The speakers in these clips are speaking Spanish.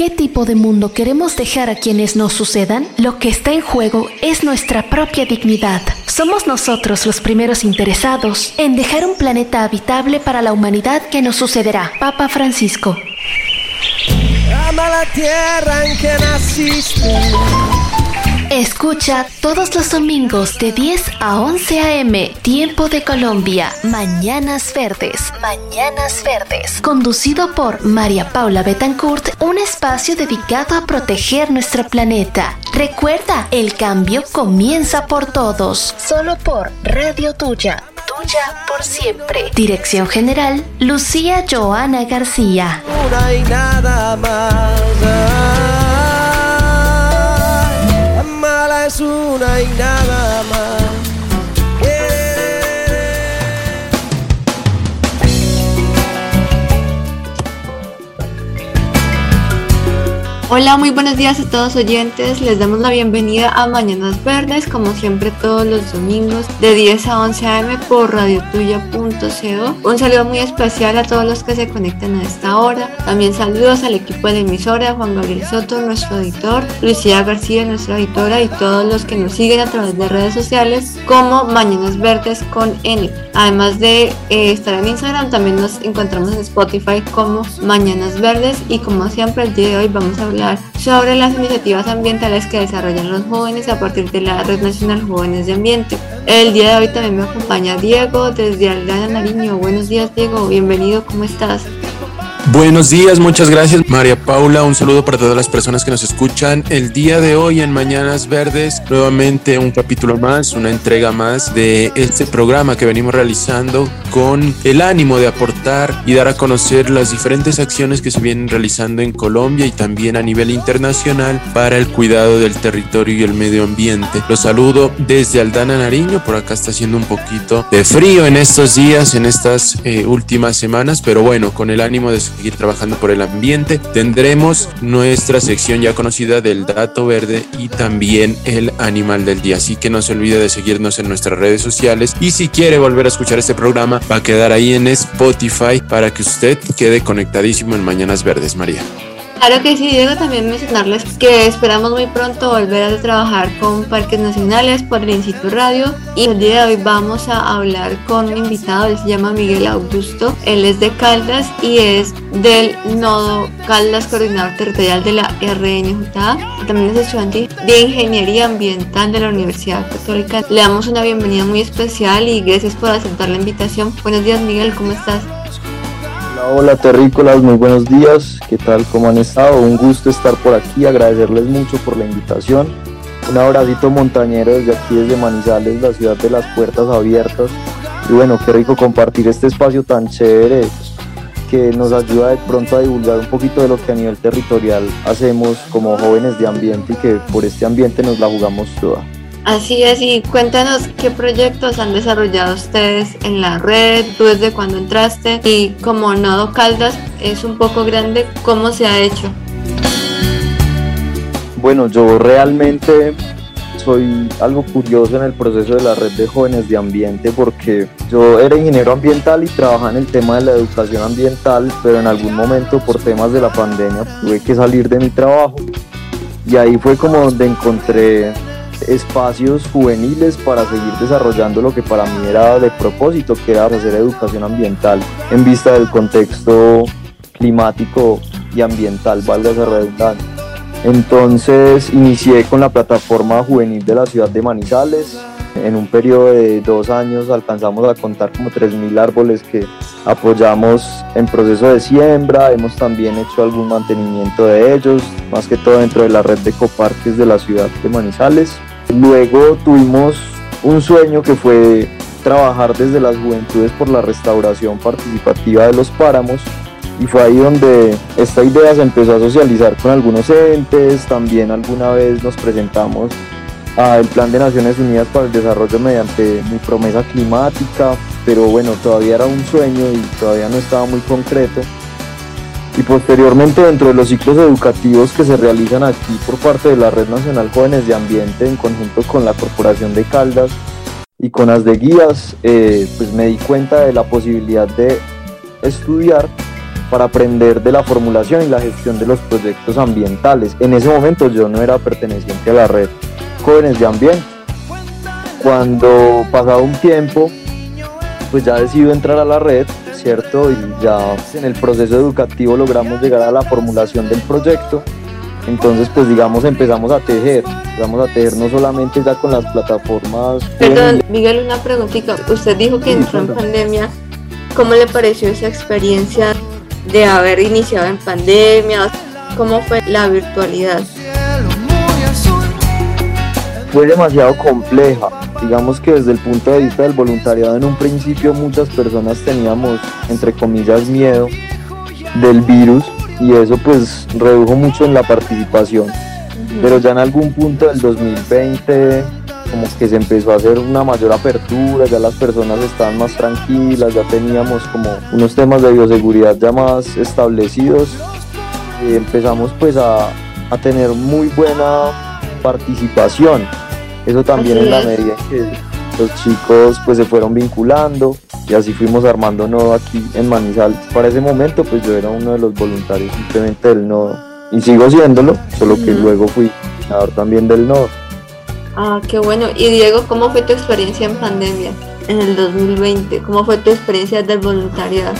¿Qué tipo de mundo queremos dejar a quienes nos sucedan? Lo que está en juego es nuestra propia dignidad. Somos nosotros los primeros interesados en dejar un planeta habitable para la humanidad que nos sucederá. Papa Francisco. Ama la tierra en que naciste. Escucha todos los domingos de 10 a 11 a.m. Tiempo de Colombia. Mañanas Verdes. Mañanas Verdes. Conducido por María Paula Betancourt, un espacio dedicado a proteger nuestro planeta. Recuerda, el cambio comienza por todos. Solo por Radio Tuya. Tuya por siempre. Dirección General, Lucía Joana García. Una y nada más. Es una y nada más. Hola, muy buenos días a todos oyentes. Les damos la bienvenida a Mañanas Verdes, como siempre todos los domingos de 10 a 11 a.m. por radiotuya.co. Un saludo muy especial a todos los que se conectan a esta hora. También saludos al equipo de la emisora, Juan Gabriel Soto, nuestro editor, Lucía García, nuestra editora, y todos los que nos siguen a través de redes sociales como Mañanas Verdes con N. Además de estar en Instagram, también nos encontramos en Spotify como Mañanas Verdes, y como siempre el día de hoy vamos a hablar sobre las iniciativas ambientales que desarrollan los jóvenes a partir de la Red Nacional Jóvenes de Ambiente. El día de hoy también me acompaña Diego desde Aldana, Nariño. Buenos días, Diego, bienvenido, ¿cómo estás? Buenos días, muchas gracias María Paula, un saludo para todas las personas que nos escuchan el día de hoy en Mañanas Verdes. Nuevamente un capítulo más, una entrega más de este programa que venimos realizando con el ánimo de aportar y dar a conocer las diferentes acciones que se vienen realizando en Colombia y también a nivel internacional para el cuidado del territorio y el medio ambiente. Los saludo desde Aldana, Nariño. Por acá está haciendo un poquito de frío en estos días, en estas últimas semanas, pero bueno, con el ánimo de seguir trabajando por el ambiente. Tendremos nuestra sección ya conocida del dato verde y también el animal del día, así que no se olvide de seguirnos en nuestras redes sociales, y si quiere volver a escuchar este programa va a quedar ahí en Spotify para que usted quede conectadísimo en Mañanas Verdes. María. Claro que sí, Diego, también mencionarles que esperamos muy pronto volver a trabajar con Parques Nacionales por el Instituto Radio, y el día de hoy vamos a hablar con un invitado. Él se llama Miguel Augusto, él es de Caldas y es del Nodo Caldas, coordinador territorial de la RNJ, también es estudiante de Ingeniería Ambiental de la Universidad Católica. Le damos una bienvenida muy especial y gracias por aceptar la invitación. Buenos días, Miguel, ¿cómo estás? Hola terrícolas, muy buenos días, ¿qué tal? ¿Cómo han estado? Un gusto estar por aquí, agradecerles mucho por la invitación. Un abracito montañero desde aquí, desde Manizales, la ciudad de las puertas abiertas. Y bueno, qué rico compartir este espacio tan chévere que nos ayuda de pronto a divulgar un poquito de lo que a nivel territorial hacemos como jóvenes de ambiente, y que por este ambiente nos la jugamos toda. Así es, y cuéntanos qué proyectos han desarrollado ustedes en la red, tú desde cuándo entraste, y como Nodo Caldas es un poco grande, ¿cómo se ha hecho? Bueno, yo realmente soy algo curioso en el proceso de la red de jóvenes de ambiente, porque yo era ingeniero ambiental y trabajaba en el tema de la educación ambiental, pero en algún momento por temas de la pandemia tuve que salir de mi trabajo, y ahí fue como donde encontré espacios juveniles para seguir desarrollando lo que para mí era de propósito, que era hacer educación ambiental en vista del contexto climático y ambiental, valga esa redundancia. Entonces inicié con la plataforma juvenil de la ciudad de Manizales. En un periodo de 2 años alcanzamos a contar como 3.000 árboles que apoyamos en proceso de siembra. Hemos también hecho algún mantenimiento de ellos, más que todo dentro de la red de ecoparques de la ciudad de Manizales. Luego tuvimos un sueño que fue trabajar desde las juventudes por la restauración participativa de los páramos, y fue ahí donde esta idea se empezó a socializar con algunos entes. También alguna vez nos presentamos al Plan de Naciones Unidas para el Desarrollo mediante mi promesa climática, pero bueno, todavía era un sueño y todavía no estaba muy concreto. Y posteriormente, dentro de los ciclos educativos que se realizan aquí por parte de la Red Nacional Jóvenes de Ambiente, en conjunto con la Corporación de Caldas y con las de guías, pues me di cuenta de la posibilidad de estudiar para aprender de la formulación y la gestión de los proyectos ambientales. En ese momento yo no era perteneciente a la red Jóvenes de Ambiente. Cuando pasado un tiempo, pues ya decido entrar a la red, ¿cierto? Y ya en el proceso educativo logramos llegar a la formulación del proyecto. Entonces, pues digamos, empezamos a tejer no solamente ya con las plataformas. Perdón, Miguel, una preguntita. Usted dijo que entró en pandemia. ¿Cómo le pareció esa experiencia de haber iniciado en pandemia? ¿Cómo fue la virtualidad? Fue demasiado compleja. Digamos que desde el punto de vista del voluntariado, en un principio muchas personas teníamos, entre comillas, miedo del virus, y eso pues redujo mucho en la participación. Pero ya en algún punto del 2020 como que se empezó a hacer una mayor apertura, ya las personas estaban más tranquilas, ya teníamos como unos temas de bioseguridad ya más establecidos, y empezamos pues a tener muy buena participación. Eso también en la medida en que los chicos pues se fueron vinculando, y así fuimos armando nodo aquí en Manizales. Para ese momento pues yo era uno de los voluntarios simplemente del nodo, y sigo siéndolo, solo que luego fui coordinador también del nodo. Ah, qué bueno. Y Diego, ¿cómo fue tu experiencia en pandemia en el 2020? ¿Cómo fue tu experiencia del voluntariado?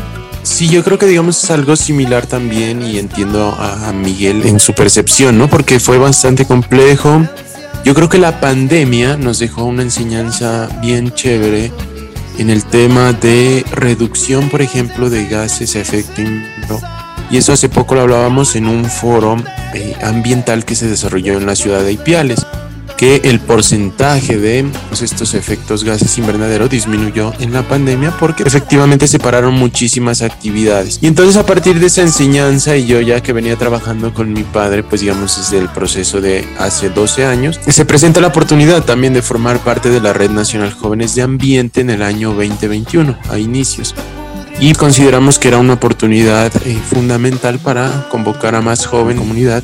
Sí, yo creo que digamos es algo similar también, y entiendo a Miguel en su percepción, ¿no? Porque fue bastante complejo. Yo creo que la pandemia nos dejó una enseñanza bien chévere en el tema de reducción, por ejemplo, de gases a efecto invernadero. Y eso hace poco lo hablábamos en un foro ambiental que se desarrolló en la ciudad de Ipiales, que el porcentaje de estos efectos gases invernadero disminuyó en la pandemia porque efectivamente se pararon muchísimas actividades. Y entonces, a partir de esa enseñanza, y yo ya que venía trabajando con mi padre, pues digamos desde el proceso de hace 12 años, se presenta la oportunidad también de formar parte de la Red Nacional Jóvenes de Ambiente en el año 2021, a inicios. Y consideramos que era una oportunidad fundamental para convocar a más joven comunidad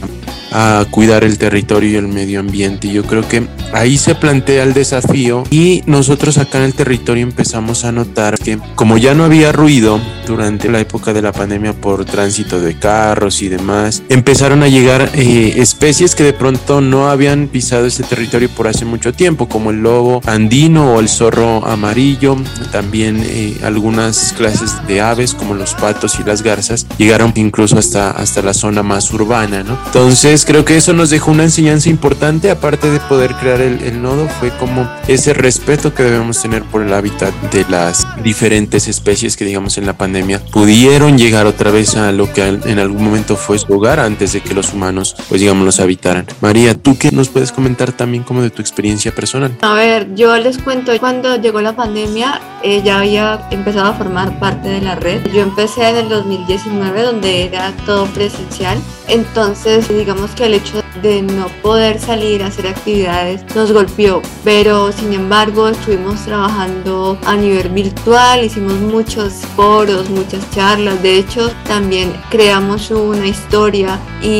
a cuidar el territorio y el medio ambiente. Y yo creo que ahí se plantea el desafío, y nosotros acá en el territorio empezamos a notar que como ya no había ruido durante la época de la pandemia por tránsito de carros y demás, empezaron a llegar especies que de pronto no habían pisado este territorio por hace mucho tiempo, como el lobo andino o el zorro amarillo. También algunas clases de aves como los patos y las garzas llegaron incluso hasta la zona más urbana, ¿no? Entonces creo que eso nos dejó una enseñanza importante, aparte de poder crear el nodo, fue como ese respeto que debemos tener por el hábitat de las diferentes especies que digamos en la pandemia pudieron llegar otra vez a lo que en algún momento fue su hogar antes de que los humanos pues digamos los habitaran. María, ¿tú qué nos puedes comentar también como de tu experiencia personal? A ver, yo les cuento, cuando llegó la pandemia ya había empezado a formar parte de la red. Yo empecé en el 2019, donde era todo presencial. Entonces digamos que el hecho de no poder salir a hacer actividades nos golpeó, pero sin embargo estuvimos trabajando a nivel virtual, hicimos muchos foros, muchas charlas. De hecho también creamos una historia,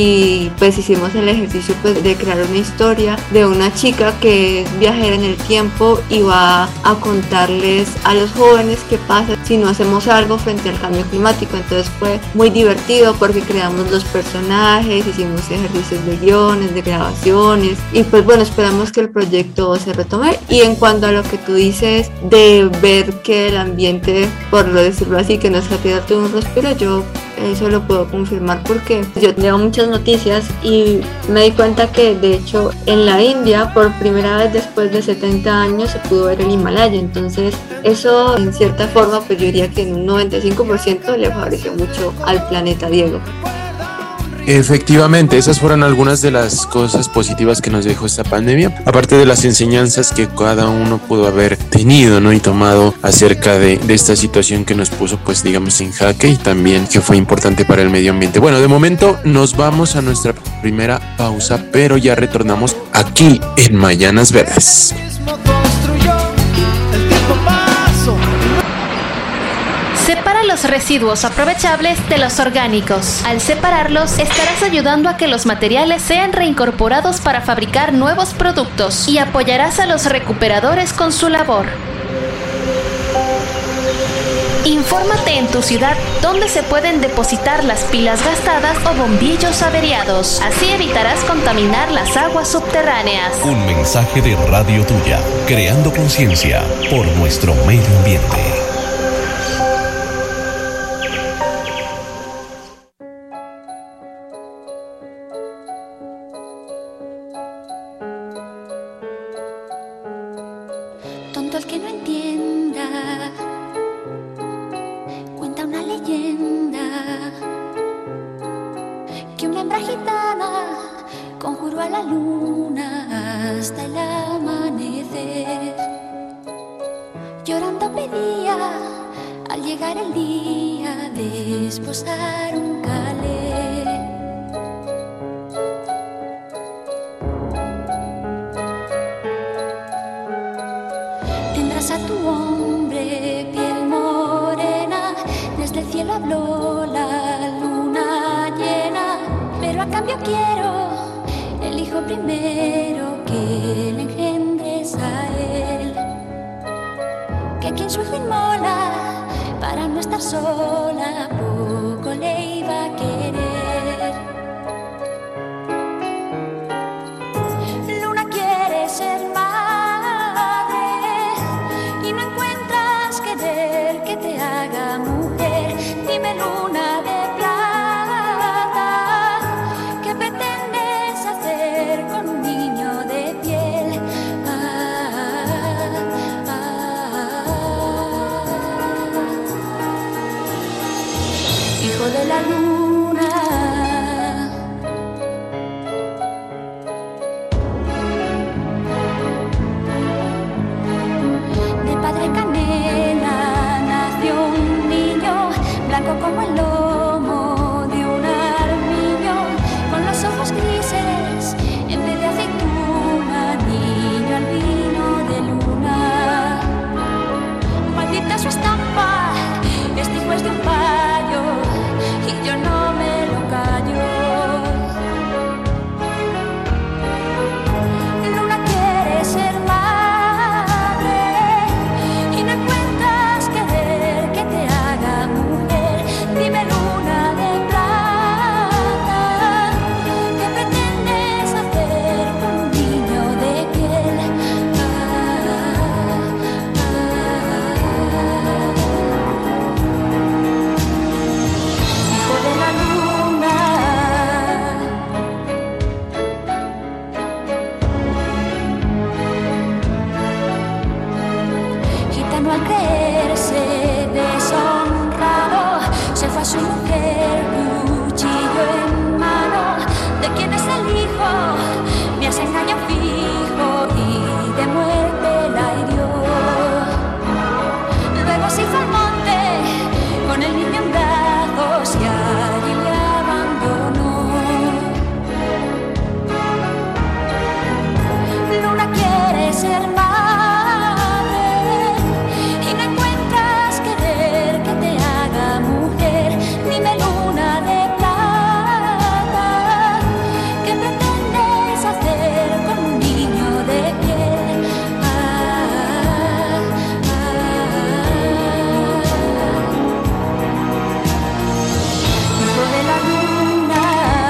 y pues hicimos el ejercicio pues de crear una historia de una chica que es viajera en el tiempo y va a contarles a los jóvenes qué pasa si no hacemos algo frente al cambio climático. Entonces fue muy divertido porque creamos los personajes, hicimos ejercicios de guiones, de grabaciones, y pues bueno, esperamos que el proyecto se retome. Y en cuanto a lo que tú dices de ver que el ambiente, por lo decirlo así, que nuestra tierra tuvo un respiro, yo eso lo puedo confirmar porque yo leo muchas noticias y me di cuenta que de hecho en la India por primera vez después de 70 años se pudo ver el Himalaya. Entonces eso en cierta forma pues yo diría que en un 95% le favoreció mucho al planeta, Diego. Efectivamente, esas fueron algunas de las cosas positivas que nos dejó esta pandemia, aparte de las enseñanzas que cada uno pudo haber tenido, ¿no? Y tomado acerca de esta situación que nos puso, pues digamos, en jaque, y también que fue importante para el medio ambiente. Bueno, de momento nos vamos a nuestra primera pausa, pero ya retornamos aquí en Mañanas Verdes. Separa los residuos aprovechables de los orgánicos. Al separarlos, estarás ayudando a que los materiales sean reincorporados para fabricar nuevos productos y apoyarás a los recuperadores con su labor. Infórmate en tu ciudad dónde se pueden depositar las pilas gastadas o bombillos averiados. Así evitarás contaminar las aguas subterráneas. Un mensaje de Radio Tuya, creando conciencia por nuestro medio ambiente. Tonto el que no entienda, cuenta una leyenda, que una hembra gitana conjuró a la luna hasta el amanecer. Llorando pedía al llegar el día de esposar un calé. Tendrás a tu hombre piel morena, desde el cielo habló la luna llena, pero a cambio quiero el hijo primero que le engendres a él, que quien su hijo inmola para no estar sola poco le iba a querer. Luna quiere ser madre y no encuentras querer que te haga mujer. Dime, luna de plata, ¿qué pretendes hacer con un niño de piel? Hijo de la luna, de padre canela nació un niño, blanco como el lomo de un armiño, con los ojos grises en vez de aceituna, niño albino de luna. Maldita su estampa, este hijo es de un payo y yo no me lo callo. Luna quiere ser madre y no encuentras querer que te haga mujer. Dime, luna de plata, ¿qué pretendes hacer con un niño de piel? Hijo de la luna, gitano al creerse deshonrado, se fue a su mujer, cuchillo en mano. ¿De quién es el hijo? Me hace engaño fijo y de muerte la hirió. Luego se fue al monte con el niño en brazos y allí le abandonó. Luna quiere ser madre y no encuentras querer que te haga mujer. Dime, luna de plata, ¿qué pretendes hacer con un niño de piel? Hijo de la luna,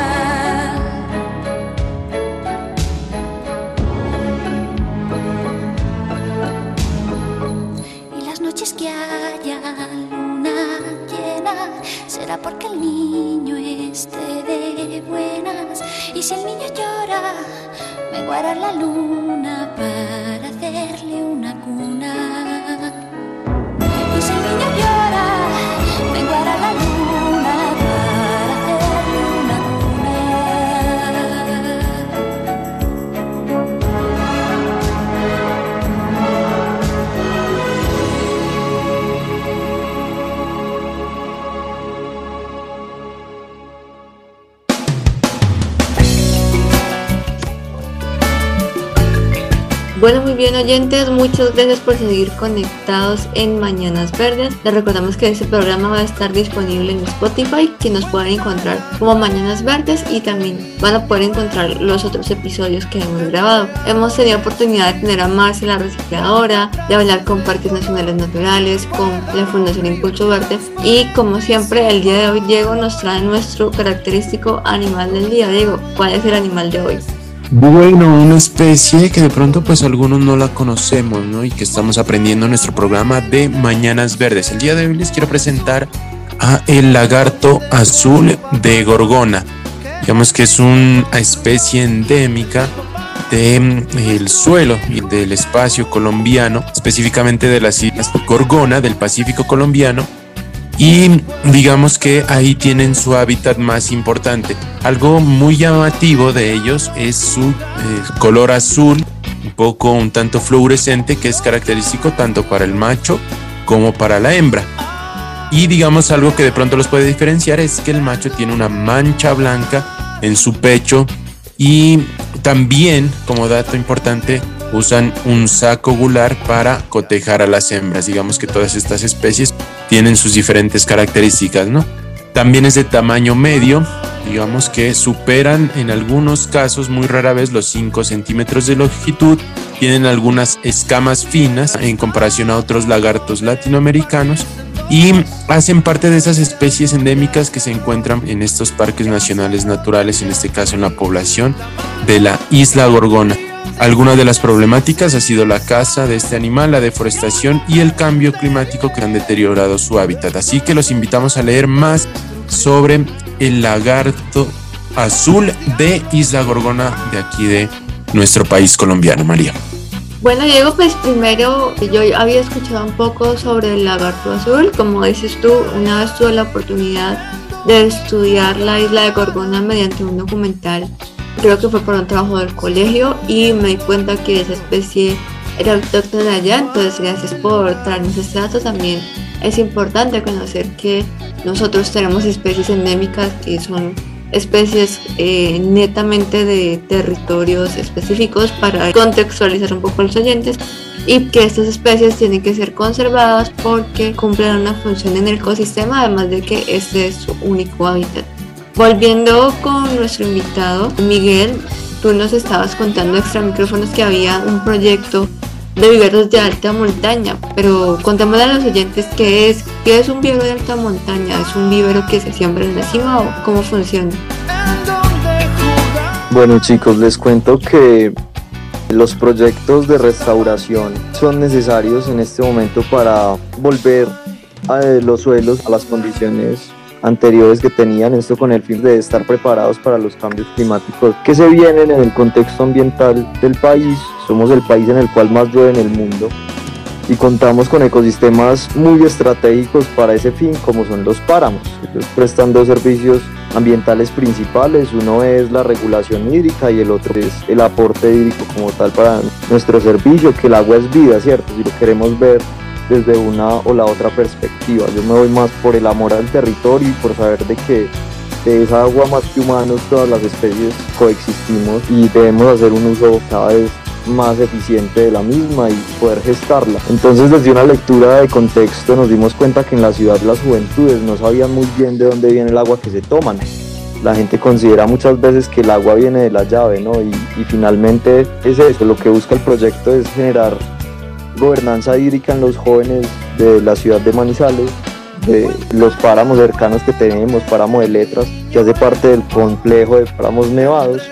y las noches que haya luna llena será porque el niño esté de buenas. Y si el niño llora, me guarda la luna para hacerle una cuna. Y si el niño llora, me guarda la luna para hacerle una cuna. Bueno, muy bien oyentes, muchas gracias por seguir conectados en Mañanas Verdes. Les recordamos que este programa va a estar disponible en Spotify, que nos pueden encontrar como Mañanas Verdes, y también van a poder encontrar los otros episodios que hemos grabado. Hemos tenido oportunidad de tener a Marcia la recicladora, de hablar con Parques Nacionales Naturales, con la Fundación Impulso Verde, y como siempre el día de hoy Diego nos trae nuestro característico animal del día. Diego, ¿cuál es el animal de hoy? Bueno, una especie que de pronto pues algunos no la conocemos, ¿no? Y que estamos aprendiendo en nuestro programa de Mañanas Verdes. El día de hoy les quiero presentar a el lagarto azul de Gorgona. Digamos que es una especie endémica del suelo y del espacio colombiano, específicamente de las islas Gorgona del Pacífico colombiano. Y digamos que ahí tienen su hábitat más importante. Algo muy llamativo de ellos es su color azul, un tanto fluorescente, que es característico tanto para el macho como para la hembra. Y digamos algo que de pronto los puede diferenciar es que el macho tiene una mancha blanca en su pecho, y también, como dato importante, usan un saco gular para cotejar a las hembras. Digamos que todas estas especies tienen sus diferentes características, ¿no? También es de tamaño medio, digamos que superan en algunos casos, muy rara vez, los 5 centímetros de longitud. Tienen algunas escamas finas en comparación a otros lagartos latinoamericanos, y hacen parte de esas especies endémicas que se encuentran en estos parques nacionales naturales, en este caso en la población de la isla Gorgona. Algunas de las problemáticas ha sido la caza de este animal, la deforestación y el cambio climático que han deteriorado su hábitat. Así que los invitamos a leer más sobre el lagarto azul de Isla Gorgona, de aquí de nuestro país colombiano. María. Bueno, Diego, pues primero yo había escuchado un poco sobre el lagarto azul. Como dices tú, una vez tuve la oportunidad de estudiar la isla de Gorgona mediante un documental. Creo que fue por un trabajo del colegio, y me di cuenta que esa especie era autóctona allá. Entonces, gracias por traernos este dato. También es importante conocer que nosotros tenemos especies endémicas que son especies netamente de territorios específicos, para contextualizar un poco a los oyentes, y que estas especies tienen que ser conservadas porque cumplen una función en el ecosistema, además de que este es su único hábitat. Volviendo con nuestro invitado, Miguel, tú nos estabas contando extra micrófonos que había un proyecto de viveros de alta montaña, pero contémosle a los oyentes qué es un vivero de alta montaña. ¿Es un vivero que se siembra en la cima o cómo funciona? Bueno, chicos, les cuento que los proyectos de restauración son necesarios en este momento para volver a los suelos a las condiciones anteriores que tenían, esto con el fin de estar preparados para los cambios climáticos que se vienen en el contexto ambiental del país. Somos el país en el cual más llueve en el mundo y contamos con ecosistemas muy estratégicos para ese fin, como son los páramos. Ellos prestan dos servicios ambientales principales: uno es la regulación hídrica y el otro es el aporte hídrico como tal para nuestro servicio, que el agua es vida, ¿cierto? Si lo queremos ver desde una o la otra perspectiva. Yo me voy más por el amor al territorio y por saber de que de esa agua, más que humanos, todas las especies coexistimos y debemos hacer un uso cada vez más eficiente de la misma y poder gestarla. Entonces, desde una lectura de contexto nos dimos cuenta que en la ciudad las juventudes no sabían muy bien de dónde viene el agua que se toman. La gente considera muchas veces que el agua viene de la llave, ¿no? Y finalmente es eso. Lo que busca el proyecto es generar gobernanza hídrica en los jóvenes de la ciudad de Manizales, de los páramos cercanos que tenemos, páramo de Letras, que hace parte del complejo de páramos nevados,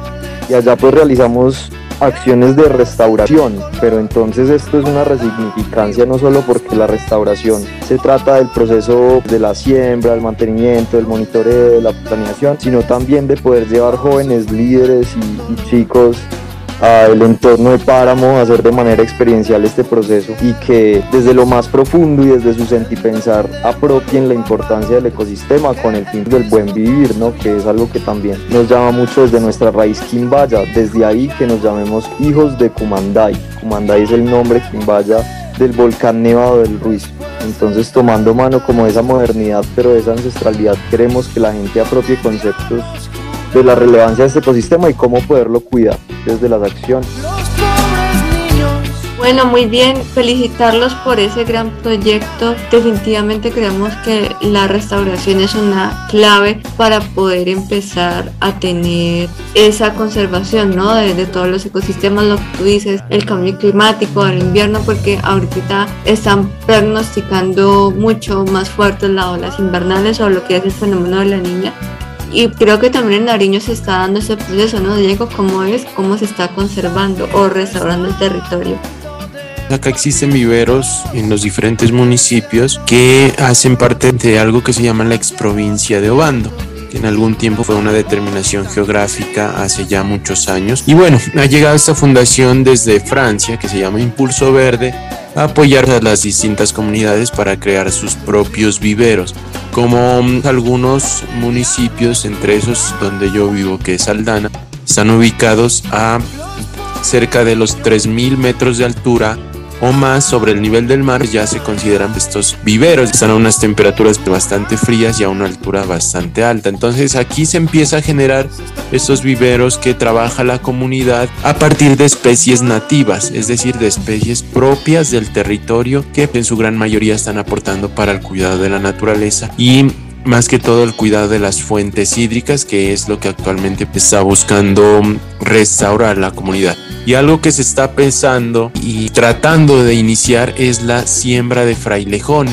y allá pues realizamos acciones de restauración. Pero entonces esto es una resignificancia, no solo porque la restauración se trata del proceso de la siembra, del mantenimiento, del monitoreo, de la planeación, sino también de poder llevar jóvenes líderes y chicos al entorno de páramo, hacer de manera experiencial este proceso, y que desde lo más profundo y desde su sentipensar apropien la importancia del ecosistema con el fin del buen vivir, ¿no? Que es algo que también nos llama mucho desde nuestra raíz quimbaya, desde ahí que nos llamemos hijos de Cumanday. Cumanday es el nombre quimbaya del volcán Nevado del Ruiz. Entonces, tomando mano como de esa modernidad, pero de esa ancestralidad, queremos que la gente apropie conceptos de la relevancia de este ecosistema y cómo poderlo cuidar desde las acciones. Los pobres Bueno, muy bien, felicitarlos por ese gran proyecto. Definitivamente creemos que la restauración es una clave para poder empezar a tener esa conservación, ¿no? De todos los ecosistemas, lo que tú dices, el cambio climático, el invierno, porque ahorita están pronosticando mucho más fuertes las olas invernales o lo que es el fenómeno de la Niña. Y creo que también en Nariño se está dando ese proceso, ¿no, Diego? ¿Cómo se está conservando o restaurando el territorio? Acá existen viveros en los diferentes municipios que hacen parte de algo que se llama la exprovincia de Obando, que en algún tiempo fue una determinación geográfica hace ya muchos años. Y bueno, ha llegado esta fundación desde Francia que se llama Impulso Verde a apoyar a las distintas comunidades para crear sus propios viveros, como algunos municipios, entre esos donde yo vivo, que es Aldana, están ubicados a cerca de los 3.000 metros de altura o más sobre el nivel del mar. Ya se consideran estos viveros, están a unas temperaturas bastante frías y a una altura bastante alta. Entonces aquí se empieza a generar estos viveros que trabaja la comunidad a partir de especies nativas, es decir, de especies propias del territorio que en su gran mayoría están aportando para el cuidado de la naturaleza y más que todo el cuidado de las fuentes hídricas, que es lo que actualmente está buscando restaurar la comunidad. Y algo que se está pensando y tratando de iniciar es la siembra de frailejón.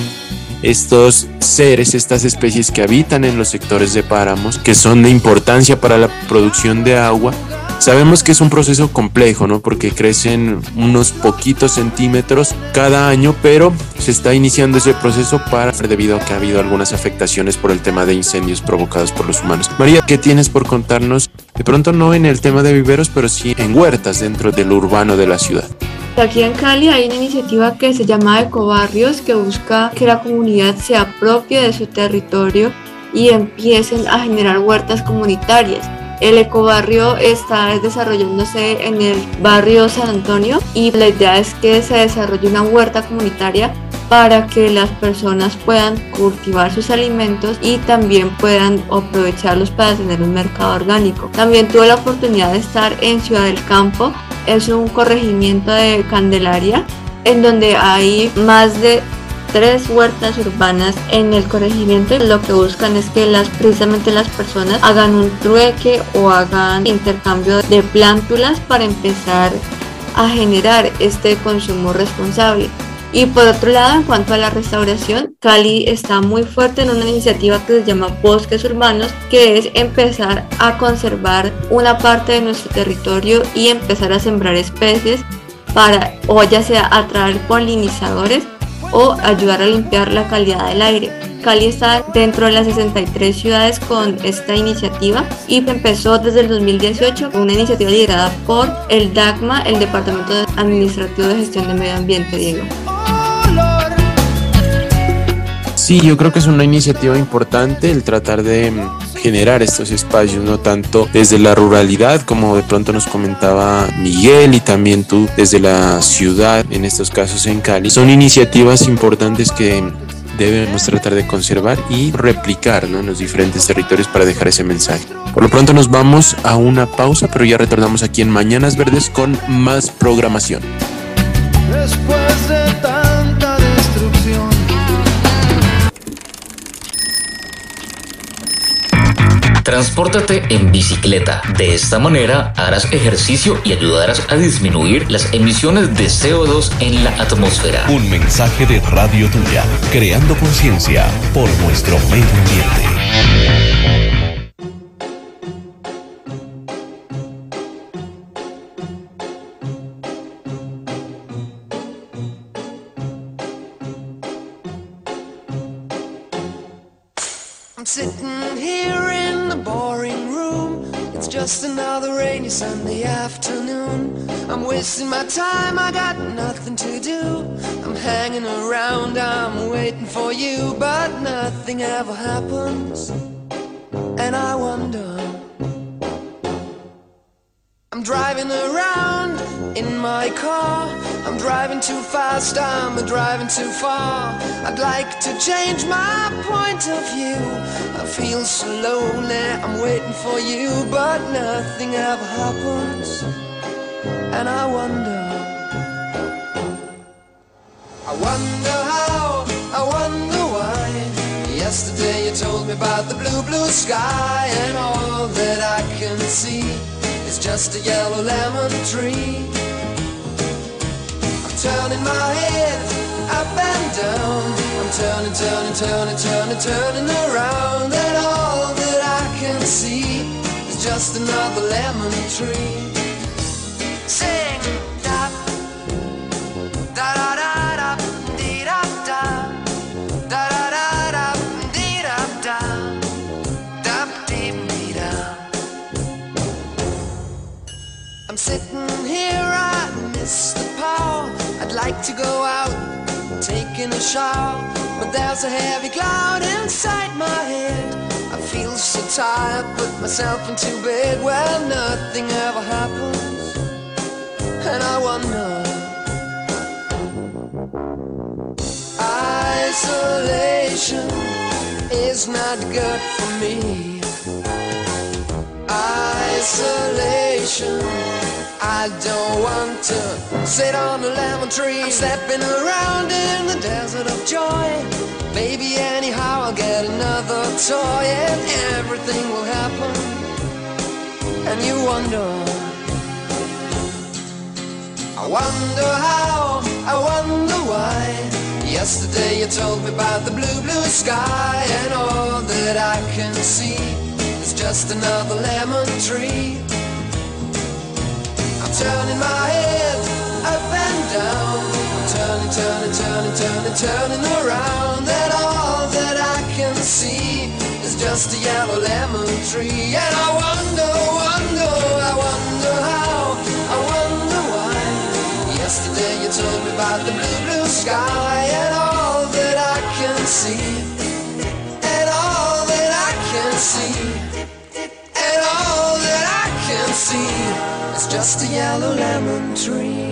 Estos seres, estas especies que habitan en los sectores de páramos, que son de importancia para la producción de agua. Sabemos que es un proceso complejo, ¿no? Porque crecen unos poquitos centímetros cada año, pero se está iniciando ese proceso debido a que ha habido algunas afectaciones por el tema de incendios provocados por los humanos. María, ¿qué tienes por contarnos? De pronto no en el tema de viveros, pero sí en huertas dentro del urbano de la ciudad. Aquí en Cali hay una iniciativa que se llama Ecobarrios, que busca que la comunidad se apropie de su territorio y empiecen a generar huertas comunitarias. El ecobarrio está desarrollándose en el barrio San Antonio y la idea es que se desarrolle una huerta comunitaria para que las personas puedan cultivar sus alimentos y también puedan aprovecharlos para tener un mercado orgánico. También tuve la oportunidad de estar en Ciudad del Campo, es un corregimiento de Candelaria, en donde hay más de 3 huertas urbanas en el corregimiento. Lo que buscan es que precisamente las personas hagan un trueque o hagan intercambio de plántulas para empezar a generar este consumo responsable. Y por otro lado, en cuanto a la restauración, Cali está muy fuerte en una iniciativa que se llama Bosques Urbanos, que es empezar a conservar una parte de nuestro territorio y empezar a sembrar especies para, o ya sea atraer polinizadores o ayudar a limpiar la calidad del aire. Cali está dentro de las 63 ciudades con esta iniciativa y empezó desde el 2018 una iniciativa liderada por el DACMA, el Departamento Administrativo de Gestión de Medio Ambiente, Diego. Sí, yo creo que es una iniciativa importante el tratar de generar estos espacios, no tanto desde la ruralidad, como de pronto nos comentaba Miguel y también tú desde la ciudad, en estos casos en Cali. Son iniciativas importantes que debemos tratar de conservar y replicar, ¿no?, en los diferentes territorios para dejar ese mensaje. Por lo pronto nos vamos a una pausa, pero ya retornamos aquí en Mañanas Verdes con más programación. Después de tanta destrucción. Transpórtate en bicicleta. De esta manera harás ejercicio y ayudarás a disminuir las emisiones de CO2 en la atmósfera. Un mensaje de Radio Tuya, creando conciencia por nuestro medio ambiente. I'm sitting here in the boring room. It's just another rainy Sunday afternoon. I'm wasting my time, I got nothing to do. I'm hanging around, I'm waiting for you, but nothing ever happens. And I wonder, I'm driving around in my car. I'm driving too fast, I'm driving too far. I'd like to change my point of view. I feel so lonely, I'm waiting for you, but nothing ever happens. And I wonder, I wonder how, I wonder why. Yesterday you told me about the blue, blue sky, and all that I can see is just a yellow lemon tree. I'm turning my head up and down. I'm turning, turning, turning, turning, turning around, and all that I can see is just another lemon tree. Sing, da, da, da, da, da, dee, da, da, da, da, da, da, dee, da, da, da, dee, dee, da. I'm sitting here, I miss the power. I'd like to go out, taking a shower, but there's a heavy cloud inside my head. I feel so tired, put myself into bed. Well, nothing ever happens, and I wonder. Isolation is not good for me. Isolation, I don't want to sit on a lemon tree. I'm stepping around in the desert of joy. Maybe anyhow I'll get another toy, and everything will happen, and you wonder. I wonder how, I wonder why. Yesterday you told me about the blue, blue sky, and all that I can see is just another lemon tree. I'm turning my head up and down. I'm turning, turning, turning, turning, turning around, and all that I can see is just a yellow lemon tree. And I wonder, wonder, I wonder how, I wonder why. Yesterday you told me about the blue, blue sky, and all that I can see, and all that I can see, and all that I can see is just a yellow lemon tree.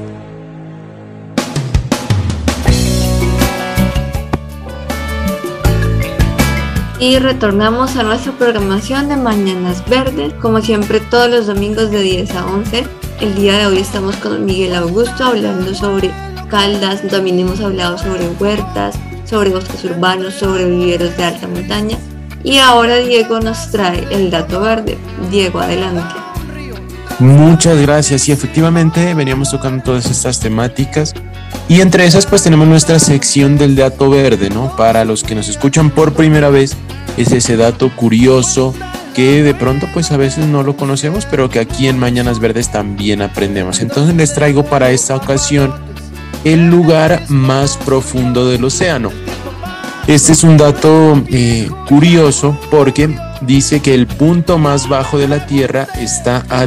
Y retornamos a nuestra programación de Mañanas Verdes, como siempre todos los domingos de 10 a 11. El día de hoy estamos con Miguel Augusto hablando sobre Caldas, también hemos hablado sobre huertas, sobre bosques urbanos, sobre viveros de alta montaña. Y ahora Diego nos trae el dato verde. Diego, adelante. Muchas gracias. Y efectivamente veníamos tocando todas estas temáticas. Y entre esas pues tenemos nuestra sección del dato verde, ¿no? Para los que nos escuchan por primera vez, es ese dato curioso que de pronto pues a veces no lo conocemos, pero que aquí en Mañanas Verdes también aprendemos. Entonces les traigo para esta ocasión el lugar más profundo del océano. Este es un dato curioso porque dice que el punto más bajo de la Tierra está a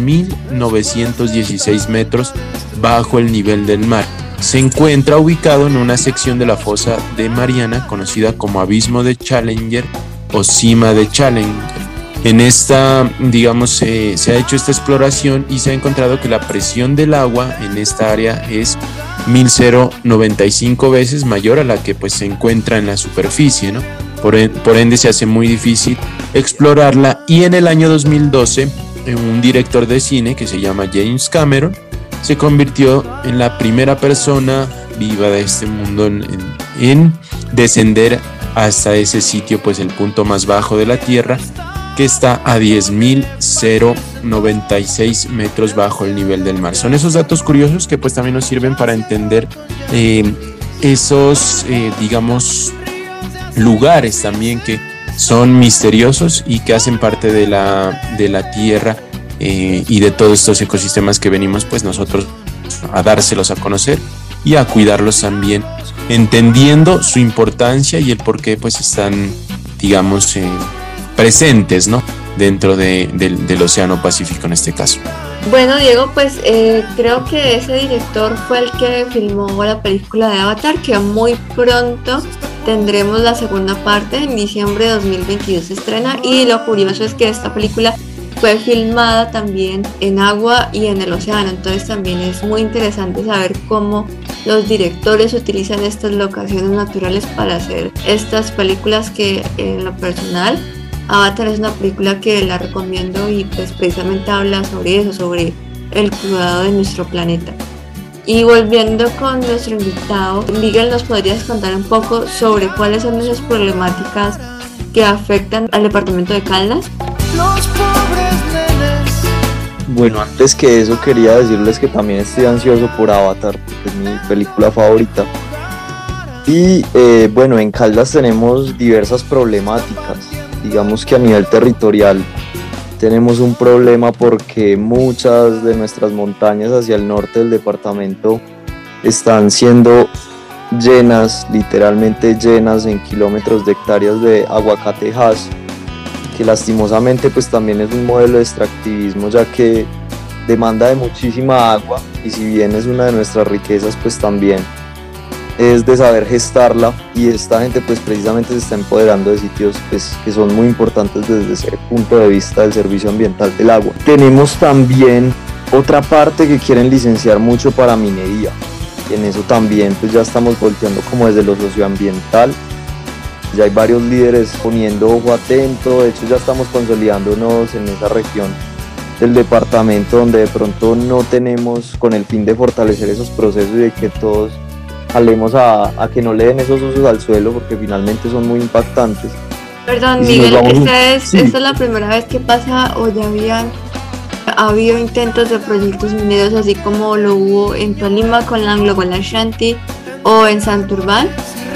10.916 metros bajo el nivel del mar. Se encuentra ubicado en una sección de la fosa de Mariana conocida como Abismo de Challenger o Cima de Challenger. En esta, digamos, se ha hecho esta exploración y se ha encontrado que la presión del agua en esta área es 1095 veces mayor a la que pues se encuentra en la superficie, ¿no? Por ende se hace muy difícil explorarla, y en el año 2012 un director de cine que se llama James Cameron se convirtió en la primera persona viva de este mundo en descender hasta ese sitio, pues el punto más bajo de la Tierra, que está a 10.096 metros bajo el nivel del mar. Son esos datos curiosos que pues también nos sirven para entender esos, digamos, lugares también que son misteriosos y que hacen parte de la Tierra y de todos estos ecosistemas que venimos pues nosotros a dárselos a conocer y a cuidarlos también, entendiendo su importancia y el por qué pues están, digamos, presentes, ¿no? Dentro del Océano Pacífico en este caso. Bueno, Diego, pues creo que ese director fue el que filmó la película de Avatar, que muy pronto tendremos la segunda parte. En diciembre de 2022 se estrena, y lo curioso es que esta película fue filmada también en agua y en el océano, entonces también es muy interesante saber cómo los directores utilizan estas locaciones naturales para hacer estas películas, que en lo personal Avatar es una película que la recomiendo y pues precisamente habla sobre eso, sobre el cuidado de nuestro planeta. Y volviendo con nuestro invitado, Miguel, ¿nos podrías contar un poco sobre cuáles son esas problemáticas que afectan al departamento de Caldas? Los pobres nenes. Bueno, antes que eso quería decirles que también estoy ansioso por Avatar, porque es mi película favorita. Y bueno, en Caldas tenemos diversas problemáticas. Digamos que a nivel territorial tenemos un problema porque muchas de nuestras montañas hacia el norte del departamento están siendo llenas, literalmente llenas en kilómetros de hectáreas de aguacatejas, que lastimosamente pues también es un modelo de extractivismo, ya que demanda de muchísima agua y si bien es una de nuestras riquezas, pues también es de saber gestarla, y esta gente pues precisamente se está empoderando de sitios pues que son muy importantes desde ese punto de vista del servicio ambiental del agua. Tenemos también otra parte que quieren licenciar mucho para minería, y en eso también pues ya estamos volteando como desde lo socioambiental. Ya hay varios líderes poniendo ojo atento, de hecho ya estamos consolidándonos en esa región del departamento donde de pronto no tenemos, con el fin de fortalecer esos procesos y de que todos jalemos a que no le den esos usos al suelo, porque finalmente son muy impactantes. Perdón, si Miguel, sí. ¿esta es la primera vez que pasa o ya ha habido intentos de proyectos mineros así como lo hubo en Tolima con la Anglo Gold Ashanti o en Santurbán?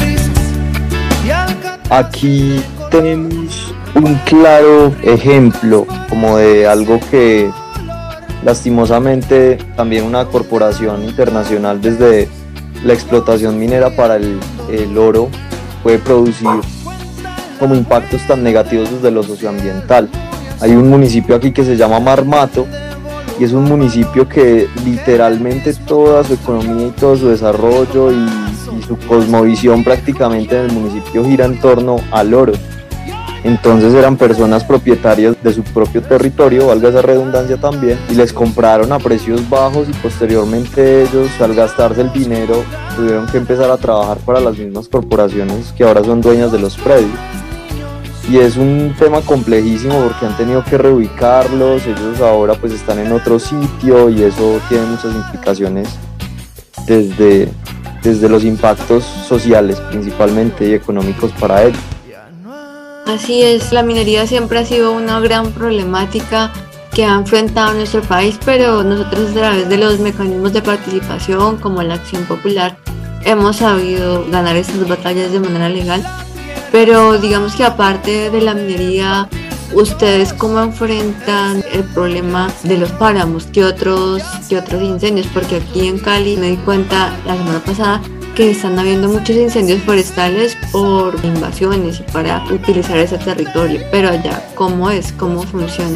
Aquí tenemos un claro ejemplo como de algo que lastimosamente también una corporación internacional desde la explotación minera para el oro puede producir como impactos tan negativos desde lo socioambiental. Hay un municipio aquí que se llama Marmato y es un municipio que literalmente toda su economía y todo su desarrollo y su cosmovisión prácticamente en el municipio gira en torno al oro. Entonces eran personas propietarias de su propio territorio, valga esa redundancia también, y les compraron a precios bajos y posteriormente ellos, al gastarse el dinero, tuvieron que empezar a trabajar para las mismas corporaciones que ahora son dueñas de los predios. Y es un tema complejísimo porque han tenido que reubicarlos, ellos ahora pues están en otro sitio y eso tiene muchas implicaciones desde los impactos sociales principalmente y económicos para ellos. Así es, la minería siempre ha sido una gran problemática que ha enfrentado nuestro país, pero nosotros a través de los mecanismos de participación como la acción popular hemos sabido ganar estas batallas de manera legal. Pero digamos que aparte de la minería, ¿ustedes cómo enfrentan el problema de los páramos? ¿Qué otros incendios? Porque aquí en Cali me di cuenta la semana pasada que están habiendo muchos incendios forestales por invasiones y para utilizar ese territorio. Pero allá, ¿cómo es? ¿Cómo funciona?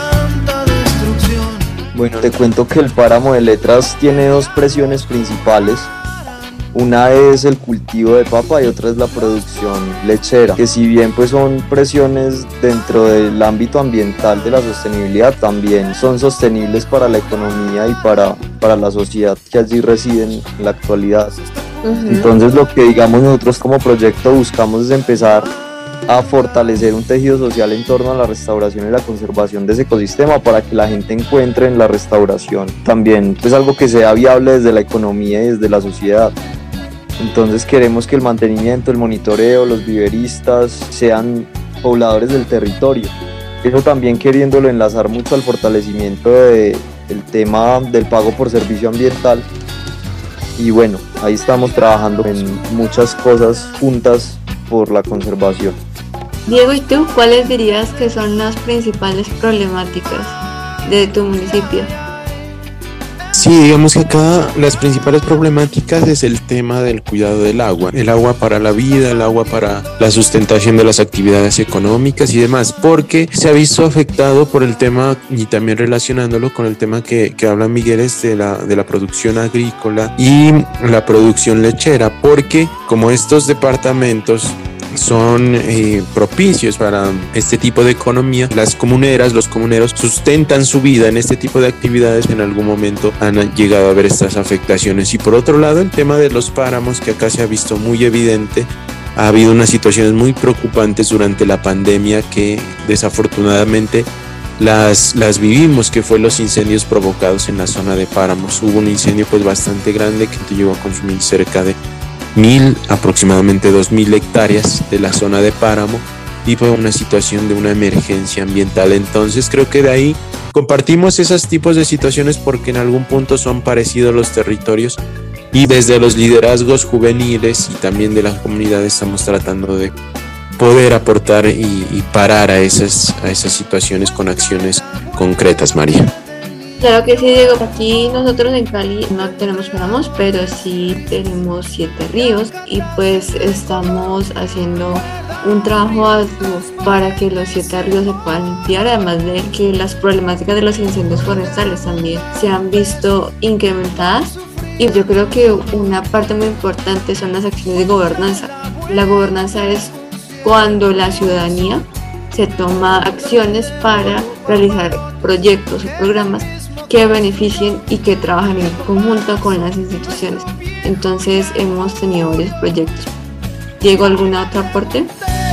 Bueno, te cuento que el páramo de Letras tiene dos presiones principales. Una es el cultivo de papa y otra es la producción lechera, que si bien pues son presiones dentro del ámbito ambiental de la sostenibilidad, también son sostenibles para la economía y para la sociedad que allí residen en la actualidad. Entonces lo que digamos nosotros como proyecto buscamos es empezar a fortalecer un tejido social en torno a la restauración y la conservación de ese ecosistema para que la gente encuentre en la restauración también pues algo que sea viable desde la economía y desde la sociedad. Entonces queremos que el mantenimiento, el monitoreo, los viveristas sean pobladores del territorio. Eso también queriéndolo enlazar mucho al fortalecimiento del tema del pago por servicio ambiental. Y bueno, ahí estamos trabajando en muchas cosas juntas por la conservación. Diego, ¿y tú cuáles dirías que son las principales problemáticas de tu municipio? Sí, digamos que acá las principales problemáticas es el tema del cuidado del agua. El agua para la vida, el agua para la sustentación de las actividades económicas y demás, porque se ha visto afectado por el tema, y también relacionándolo con el tema que habla Miguel, es de la producción agrícola y la producción lechera, porque como estos departamentos son propicios para este tipo de economía, las comuneras, los comuneros sustentan su vida en este tipo de actividades, en algún momento han llegado a ver estas afectaciones. Y por otro lado, el tema de los páramos, que acá se ha visto muy evidente. Ha habido unas situaciones muy preocupantes durante la pandemia que desafortunadamente las vivimos, que fue los incendios provocados en la zona de páramos. Hubo un incendio pues bastante grande que llegó a consumir cerca de aproximadamente 2.000 hectáreas de la zona de páramo, y fue una situación de una emergencia ambiental. Entonces creo que de ahí compartimos esos tipos de situaciones porque en algún punto son parecidos los territorios, y desde los liderazgos juveniles y también de las comunidades estamos tratando de poder aportar y parar a esas situaciones con acciones concretas, María. Claro que sí, Diego. Aquí nosotros en Cali no tenemos páramos, pero sí tenemos 7 ríos, y pues estamos haciendo un trabajo arduo para que los 7 ríos se puedan limpiar, además de que las problemáticas de los incendios forestales también se han visto incrementadas. Y yo creo que una parte muy importante son las acciones de gobernanza. La gobernanza es cuando la ciudadanía se toma acciones para realizar proyectos o programas que beneficien y que trabajan en conjunto con las instituciones. Entonces hemos tenido varios proyectos. Diego, ¿algún otro aporte?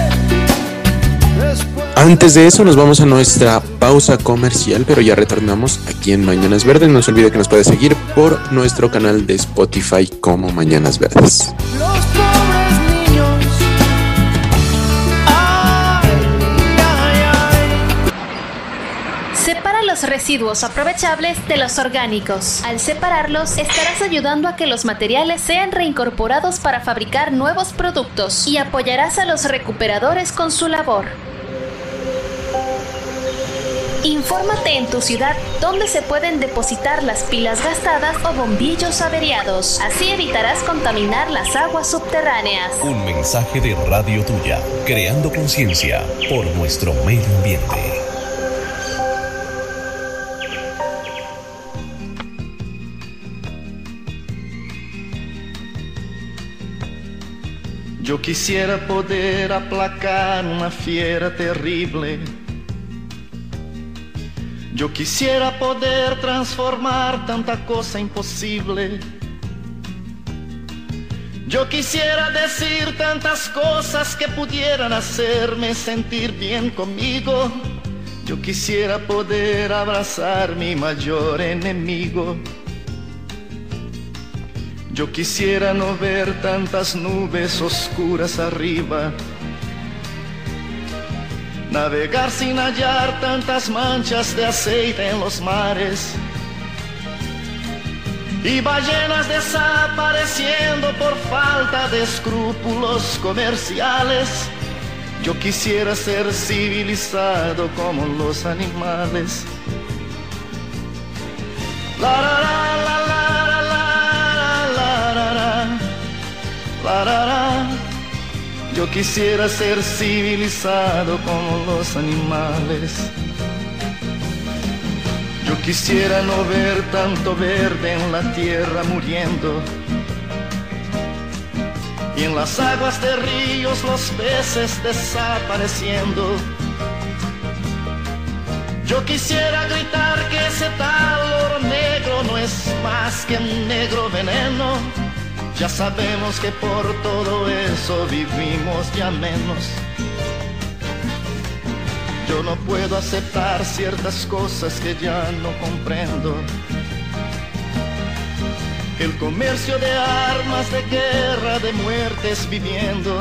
Antes de eso nos vamos a nuestra pausa comercial, pero ya retornamos aquí en Mañanas Verdes. No se olvide que nos puede seguir por nuestro canal de Spotify como Mañanas Verdes. Los pobres niños. Ay, ay, ay. Separa los residuos aprovechables de los orgánicos. Al separarlos, estarás ayudando a que los materiales sean reincorporados para fabricar nuevos productos, y apoyarás a los recuperadores con su labor. Infórmate en tu ciudad dónde se pueden depositar las pilas gastadas o bombillos averiados. Así evitarás contaminar las aguas subterráneas. Un mensaje de Radio Tuya, creando conciencia por nuestro medio ambiente. Yo quisiera poder aplacar una fiera terrible. Yo quisiera poder transformar tanta cosa imposible. Yo quisiera decir tantas cosas que pudieran hacerme sentir bien conmigo. Yo quisiera poder abrazar mi mayor enemigo. Yo quisiera no ver tantas nubes oscuras arriba, navegar sin hallar tantas manchas de aceite en los mares, y ballenas desapareciendo por falta de escrúpulos comerciales. Yo quisiera ser civilizado como los animales. La la la la la la la la la la la. Yo quisiera ser civilizado como los animales. Yo quisiera no ver tanto verde en la tierra muriendo, y en las aguas de ríos los peces desapareciendo. Yo quisiera gritar que ese tal oro negro no es más que un negro veneno. Ya sabemos que por todo eso vivimos ya menos. Yo no puedo aceptar ciertas cosas que ya no comprendo. El comercio de armas, de guerra, de muertes viviendo.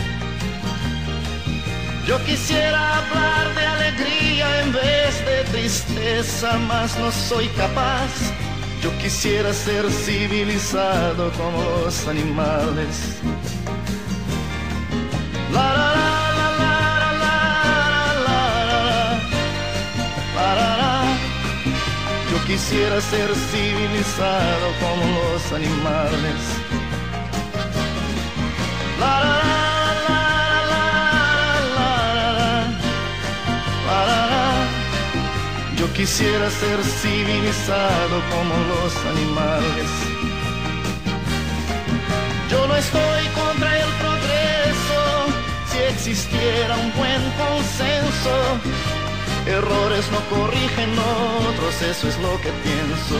Yo quisiera hablar de alegría en vez de tristeza, mas no soy capaz. Yo quisiera ser civilizado como los animales. La la la la la la la la la la. Yo quisiera ser civilizado como los animales. La la la la la la la la la. Yo quisiera ser civilizado como los animales. Yo no estoy contra el progreso, si existiera un buen consenso. Errores no corrigen otros, eso es lo que pienso.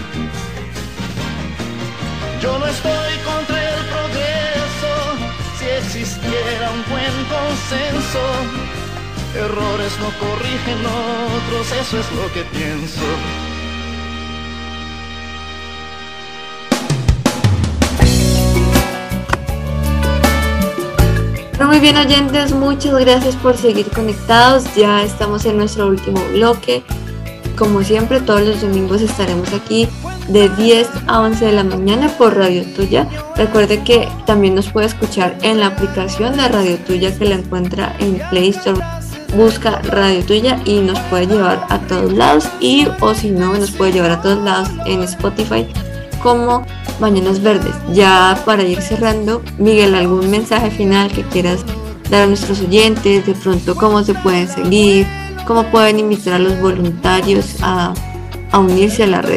Yo no estoy contra el progreso, si existiera un buen consenso. errores no corrigen otros, eso es lo que pienso. Muy bien, oyentes, muchas gracias por seguir conectados. Ya estamos en nuestro último bloque. Como siempre, todos los domingos estaremos aquí de 10 a 11 de la mañana por Radio Tuya. Recuerde que también nos puede escuchar en la aplicación de Radio Tuya, que la encuentra en Play Store. Busca Radio Tuya y nos puede llevar a todos lados, y o si no, nos puede llevar a todos lados en Spotify como Mañanas Verdes. Ya para ir cerrando, Miguel, ¿algún mensaje final que quieras dar a nuestros oyentes? De pronto, ¿cómo se pueden seguir? ¿Cómo pueden invitar a los voluntarios a unirse a la red?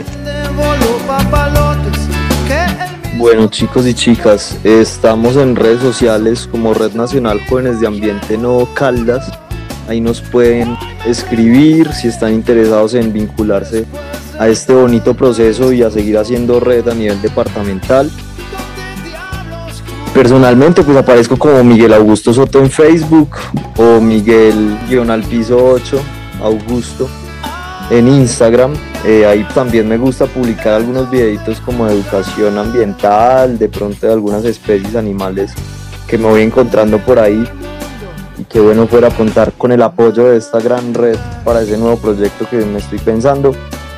Bueno, chicos y chicas, estamos en redes sociales como Red Nacional Jóvenes de Ambiente No Caldas. Ahí nos pueden escribir si están interesados en vincularse a este bonito proceso y a seguir haciendo red a nivel departamental. Personalmente pues aparezco como Miguel Augusto Soto en Facebook o Miguel-8 Augusto en Instagram. Ahí también me gusta publicar algunos videitos como de educación ambiental, de pronto de algunas especies animales que me voy encontrando por ahí, y qué bueno fuera contar con el apoyo de esta gran red para ese nuevo proyecto que me estoy pensando.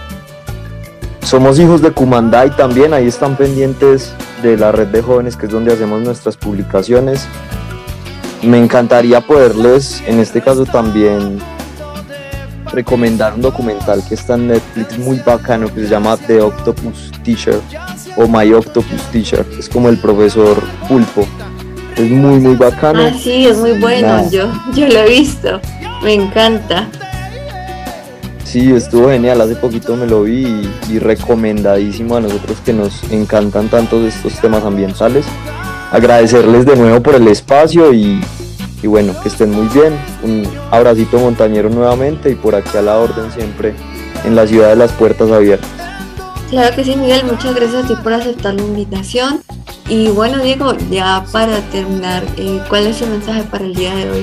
Somos hijos de Cumanday también, ahí están pendientes de la red de jóvenes, que es donde hacemos nuestras publicaciones. Me encantaría poderles, en este caso también, recomendar un documental que está en Netflix muy bacano, que se llama The Octopus Teacher o My Octopus Teacher. Es como el profesor Pulpo. Es muy muy bacano. Ah, sí, es muy bueno. Yo lo he visto, me encanta. Sí, estuvo genial, hace poquito me lo vi y recomendadísimo a nosotros que nos encantan tanto estos temas ambientales. Agradecerles de nuevo por el espacio y bueno, que estén muy bien. Un abracito montañero nuevamente, y por aquí a la orden siempre en la ciudad de las puertas abiertas. Claro que sí, Miguel, muchas gracias a ti por aceptar la invitación. Y bueno, Diego, ya para terminar, ¿cuál es el mensaje para el día de hoy?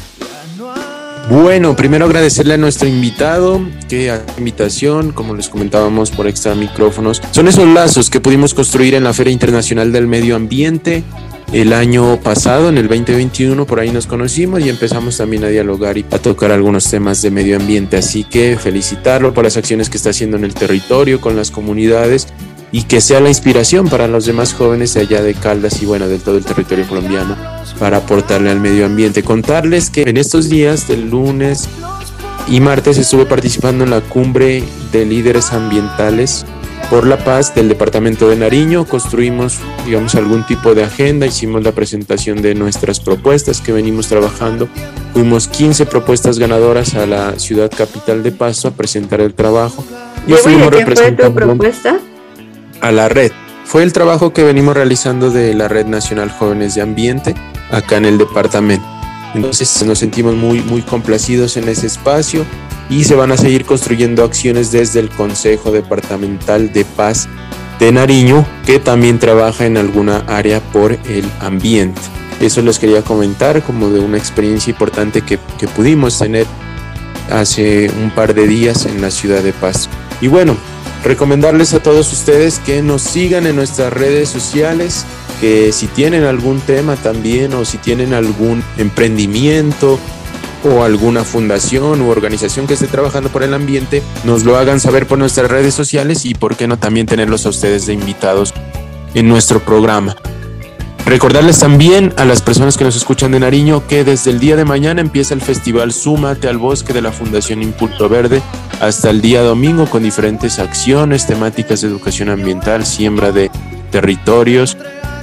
Bueno, primero agradecerle a nuestro invitado, que a la invitación, como les comentábamos por extra micrófonos, son esos lazos que pudimos construir en la Feria Internacional del Medio Ambiente. El año pasado, en el 2021, por ahí nos conocimos y empezamos también a dialogar y a tocar algunos temas de medio ambiente. Así que felicitarlo por las acciones que está haciendo en el territorio, con las comunidades, y que sea la inspiración para los demás jóvenes de allá de Caldas y bueno, de todo el territorio colombiano, para aportarle al medio ambiente. Contarles que en estos días, del lunes y martes, estuve participando en la cumbre de líderes ambientales por la paz del departamento de Nariño. Construimos, digamos, algún tipo de agenda, hicimos la presentación de nuestras propuestas que venimos trabajando. Fuimos 15 propuestas ganadoras a la ciudad capital de Pasto a presentar el trabajo. ¿Qué fue tu propuesta? A la red. Fue el trabajo que venimos realizando de la Red Nacional Jóvenes de Ambiente acá en el departamento. Entonces nos sentimos muy complacidos en ese espacio, y se van a seguir construyendo acciones desde el Consejo Departamental de Paz de Nariño, que también trabaja en alguna área por el ambiente. Eso les quería comentar como de una experiencia importante que pudimos tener hace un par de días en la ciudad de Pasto. Y bueno, recomendarles a todos ustedes que nos sigan en nuestras redes sociales, que si tienen algún tema también, o si tienen algún emprendimiento o alguna fundación u organización que esté trabajando por el ambiente, nos lo hagan saber por nuestras redes sociales, y por qué no también tenerlos a ustedes de invitados en nuestro programa. Recordarles también a las personas que nos escuchan de Nariño que desde el día de mañana empieza el festival Súmate al Bosque de la Fundación Impulso Verde hasta el día domingo, con diferentes acciones temáticas de educación ambiental, siembra de territorios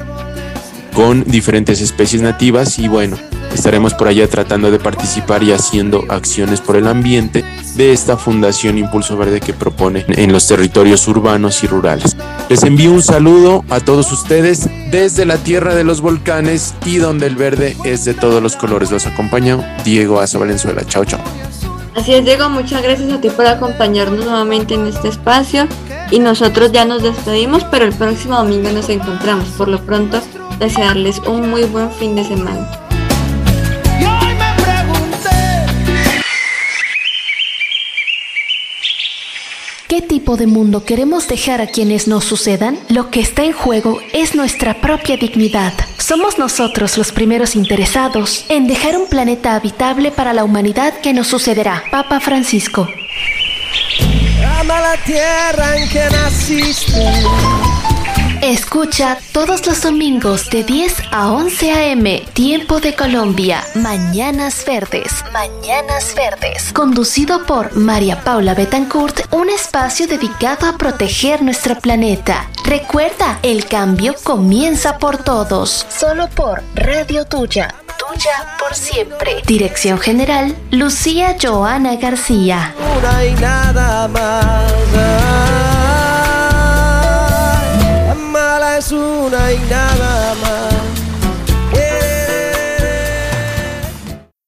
con diferentes especies nativas, y bueno, estaremos por allá tratando de participar y haciendo acciones por el ambiente de esta Fundación Impulso Verde que propone en los territorios urbanos y rurales. Les envío un saludo a todos ustedes desde la tierra de los volcanes y donde el verde es de todos los colores. Los acompaña Diego Aza Valenzuela. Chao, chao. Así es, Diego, muchas gracias a ti por acompañarnos nuevamente en este espacio, y nosotros ya nos despedimos, pero el próximo domingo nos encontramos. Por lo pronto, desearles un muy buen fin de semana. Y hoy me pregunté tipo de mundo queremos dejar a quienes nos sucedan? Lo que está en juego es nuestra propia dignidad. Somos nosotros los primeros interesados en dejar un planeta habitable para la humanidad que nos sucederá. Papa Francisco. Ama la tierra en que naciste. Escucha todos los domingos de 10 a 11 a.m. Tiempo de Colombia. Mañanas Verdes. Mañanas Verdes. Conducido por María Paula Betancourt, un espacio dedicado a proteger nuestro planeta. Recuerda, el cambio comienza por todos. Solo por Radio Tuya. Tuya por siempre. Dirección General, Lucía Joana García. Una y nada más. Mala es una y nada